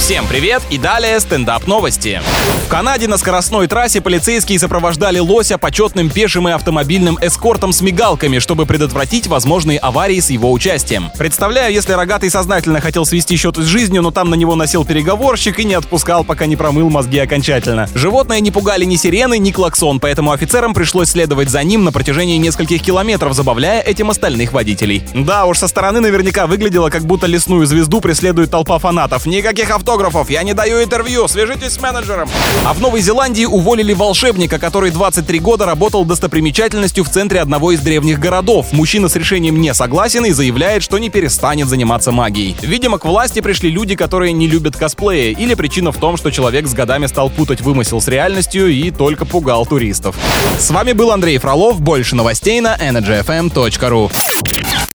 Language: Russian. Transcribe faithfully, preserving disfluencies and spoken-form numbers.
Всем привет и далее стендап новости. В Канаде на скоростной трассе полицейские сопровождали лося почетным пешим и автомобильным эскортом с мигалками, чтобы предотвратить возможные аварии с его участием. Представляю, если рогатый сознательно хотел свести счеты с жизнью, но там на него насел переговорщик и не отпускал, пока не промыл мозги окончательно. Животное не пугали ни сирены, ни клаксон, поэтому офицерам пришлось следовать за ним на протяжении нескольких километров, забавляя этим остальных водителей. Да уж, со стороны наверняка выглядело, как будто лесную звезду преследует толпа фанатов. Никаких автографов, я не даю интервью, свяжитесь с менеджером. А в Новой Зеландии уволили волшебника, который двадцать три года работал достопримечательностью в центре одного из древних городов. Мужчина с решением не согласен и заявляет, что не перестанет заниматься магией. Видимо, к власти пришли люди, которые не любят косплеи, или причина в том, что человек с годами стал путать вымысел с реальностью и только пугал туристов. С вами был Андрей Фролов. Больше новостей на energy f m точка ru.